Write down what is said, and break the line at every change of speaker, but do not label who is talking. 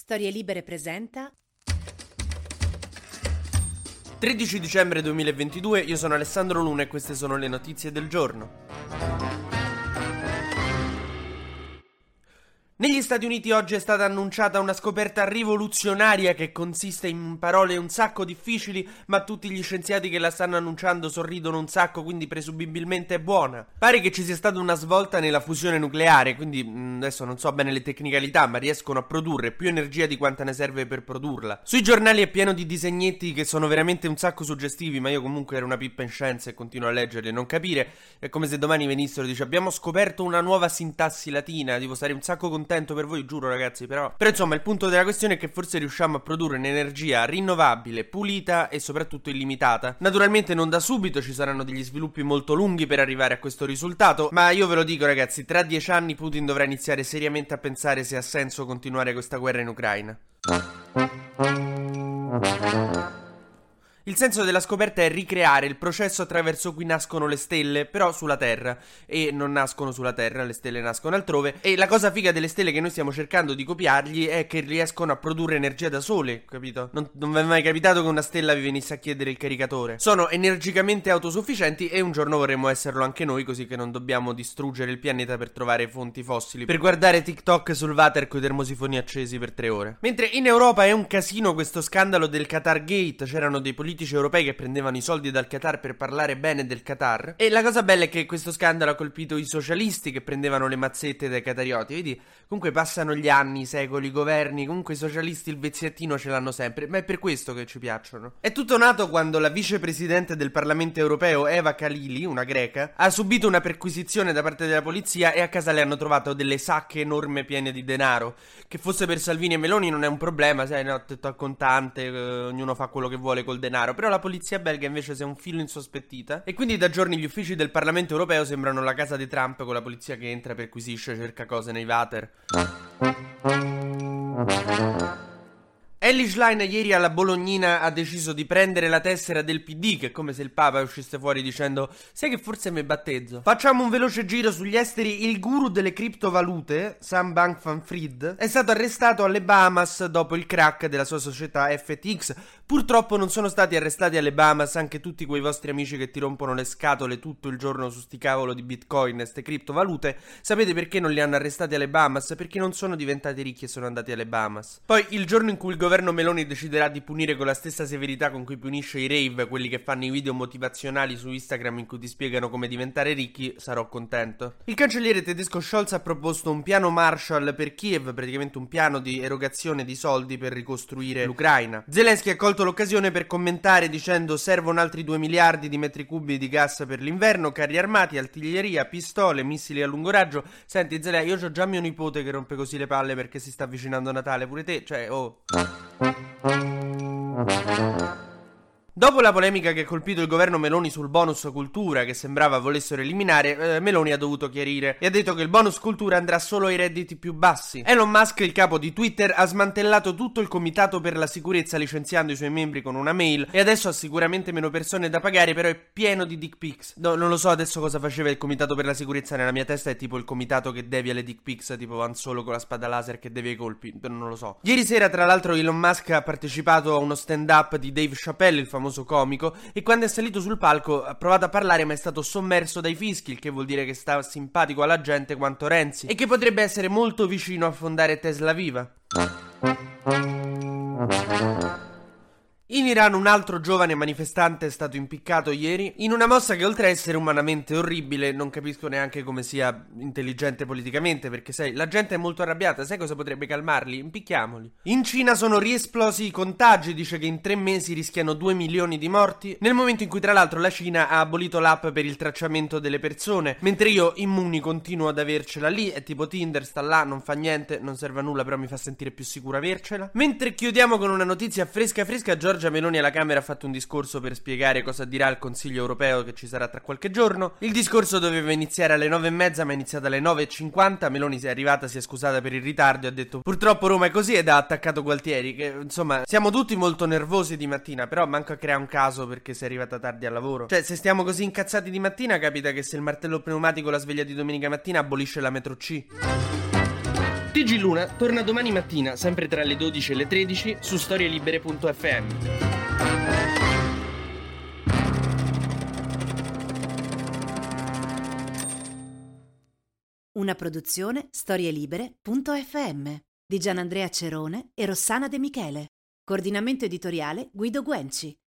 Storie Libere presenta
13 dicembre 2022, io sono Alessandro Luna e queste sono le notizie del giorno. Negli Stati Uniti oggi è stata annunciata una scoperta rivoluzionaria che consiste in parole un sacco difficili, ma tutti gli scienziati che la stanno annunciando sorridono un sacco, quindi presumibilmente è buona. Pare che ci sia stata una svolta nella fusione nucleare, quindi adesso non so bene le tecnicalità, ma riescono a produrre più energia di quanta ne serve per produrla. Sui giornali è pieno di disegnetti che sono veramente un sacco suggestivi, ma io comunque ero una pippa in scienze e continuo a leggerli e non capire. È come se domani venissero e dice abbiamo scoperto una nuova sintassi latina, devo stare un sacco contento per voi, giuro ragazzi, però insomma il punto della questione è che forse riusciamo a produrre un'energia rinnovabile, pulita e soprattutto illimitata. Naturalmente non da subito, ci saranno degli sviluppi molto lunghi per arrivare a questo risultato, ma io ve lo dico ragazzi, tra 10 anni Putin dovrà iniziare seriamente a pensare se ha senso continuare questa guerra in Ucraina. Il senso della scoperta è ricreare il processo attraverso cui nascono le stelle, però sulla Terra. E non nascono sulla Terra, le stelle nascono altrove. E la cosa figa delle stelle che noi stiamo cercando di copiargli è che riescono a produrre energia da sole, capito? Non vi è mai capitato che una stella vi venisse a chiedere il caricatore. Sono energicamente autosufficienti e un giorno vorremmo esserlo anche noi, così che non dobbiamo distruggere il pianeta per trovare fonti fossili, per guardare TikTok sul water coi termosifoni accesi per 3 ore. Mentre in Europa è un casino questo scandalo del Qatar Gate, c'erano dei politici europei che prendevano i soldi dal Qatar per parlare bene del Qatar. E la cosa bella è che questo scandalo ha colpito i socialisti che prendevano le mazzette dai qatarioti. Vedi, comunque passano gli anni, i secoli, i governi, comunque i socialisti il vezzettino ce l'hanno sempre, ma è per questo che ci piacciono. È tutto nato quando la vicepresidente del Parlamento europeo, Eva Kalili, una greca, ha subito una perquisizione da parte della polizia e a casa le hanno trovato delle sacche enorme piene di denaro. Che fosse per Salvini e Meloni non è un problema, sai, no, tutto al contante, ognuno fa quello che vuole col denaro. Però la polizia belga invece si è un filo insospettita e quindi da giorni gli uffici del Parlamento europeo sembrano la casa di Trump, con la polizia che entra, perquisisce, cerca cose nei water. Elly Schlein ieri alla Bolognina ha deciso di prendere la tessera del PD, che è come se il Papa uscisse fuori dicendo sai che forse mi battezzo. Facciamo un veloce giro sugli esteri. Il guru delle criptovalute, Sam Bankman-Fried, è stato arrestato alle Bahamas dopo il crack della sua società FTX. Purtroppo non sono stati arrestati alle Bahamas anche tutti quei vostri amici che ti rompono le scatole tutto il giorno su sti cavolo di Bitcoin e ste criptovalute. Sapete perché non li hanno arrestati alle Bahamas? Perché non sono diventati ricchi e sono andati alle Bahamas. Poi il giorno in cui il governo Meloni deciderà di punire con la stessa severità con cui punisce i rave, quelli che fanno i video motivazionali su Instagram in cui ti spiegano come diventare ricchi, sarò contento. Il cancelliere tedesco Scholz ha proposto un piano Marshall per Kiev, praticamente un piano di erogazione di soldi per ricostruire l'Ucraina. Zelensky ha colto l'occasione per commentare dicendo servono altri 2 miliardi di metri cubi di gas per l'inverno, carri armati, artiglieria, pistole, missili a lungo raggio. Senti Zelensky, io c'ho già mio nipote che rompe così le palle perché si sta avvicinando Natale, pure te, cioè oh. Dopo la polemica che ha colpito il governo Meloni sul bonus cultura che sembrava volessero eliminare, Meloni ha dovuto chiarire e ha detto che il bonus cultura andrà solo ai redditi più bassi. Elon Musk, il capo di Twitter, ha smantellato tutto il comitato per la sicurezza licenziando i suoi membri con una mail e adesso ha sicuramente meno persone da pagare, però è pieno di dick pics. No, non lo so adesso cosa faceva il comitato per la sicurezza, nella mia testa è tipo il comitato che devia le dick pics, tipo Han Solo con la spada laser che devia i colpi, non lo so. Ieri sera tra l'altro Elon Musk ha partecipato a uno stand up di Dave Chappelle, il famoso comico, e quando è salito sul palco ha provato a parlare ma è stato sommerso dai fischi, il che vuol dire che sta simpatico alla gente quanto Renzi e che potrebbe essere molto vicino a fondare Tesla Viva. In Iran un altro giovane manifestante è stato impiccato ieri in una mossa che oltre a essere umanamente orribile non capisco neanche come sia intelligente politicamente, perché sai, la gente è molto arrabbiata, sai cosa potrebbe calmarli? Impicchiamoli. In Cina sono riesplosi i contagi, dice che in 3 mesi rischiano 2 milioni di morti, nel momento in cui tra l'altro la Cina ha abolito l'app per il tracciamento delle persone, mentre io Immuni continuo ad avercela lì, è tipo Tinder, sta là, non fa niente, non serve a nulla, però mi fa sentire più sicuro avercela. Mentre chiudiamo con una notizia fresca, Giorgia Meloni alla Camera ha fatto un discorso per spiegare cosa dirà il Consiglio europeo che ci sarà tra qualche giorno. Il discorso doveva iniziare alle 9:30 ma è iniziato alle 9:50. Meloni si è arrivata, si è scusata per il ritardo e ha detto purtroppo Roma è così ed ha attaccato Gualtieri, che insomma siamo tutti molto nervosi di mattina, però manco a creare un caso perché sei arrivata tardi al lavoro. Cioè se stiamo così incazzati di mattina capita che se il martello pneumatico la sveglia di domenica mattina abolisce la metro C. TG Luna torna domani mattina, sempre tra le 12 e le 13, su storielibere.fm.
Una produzione storielibere.fm di Gianandrea Cerone e Rossana De Michele. Coordinamento editoriale Guido Guenci.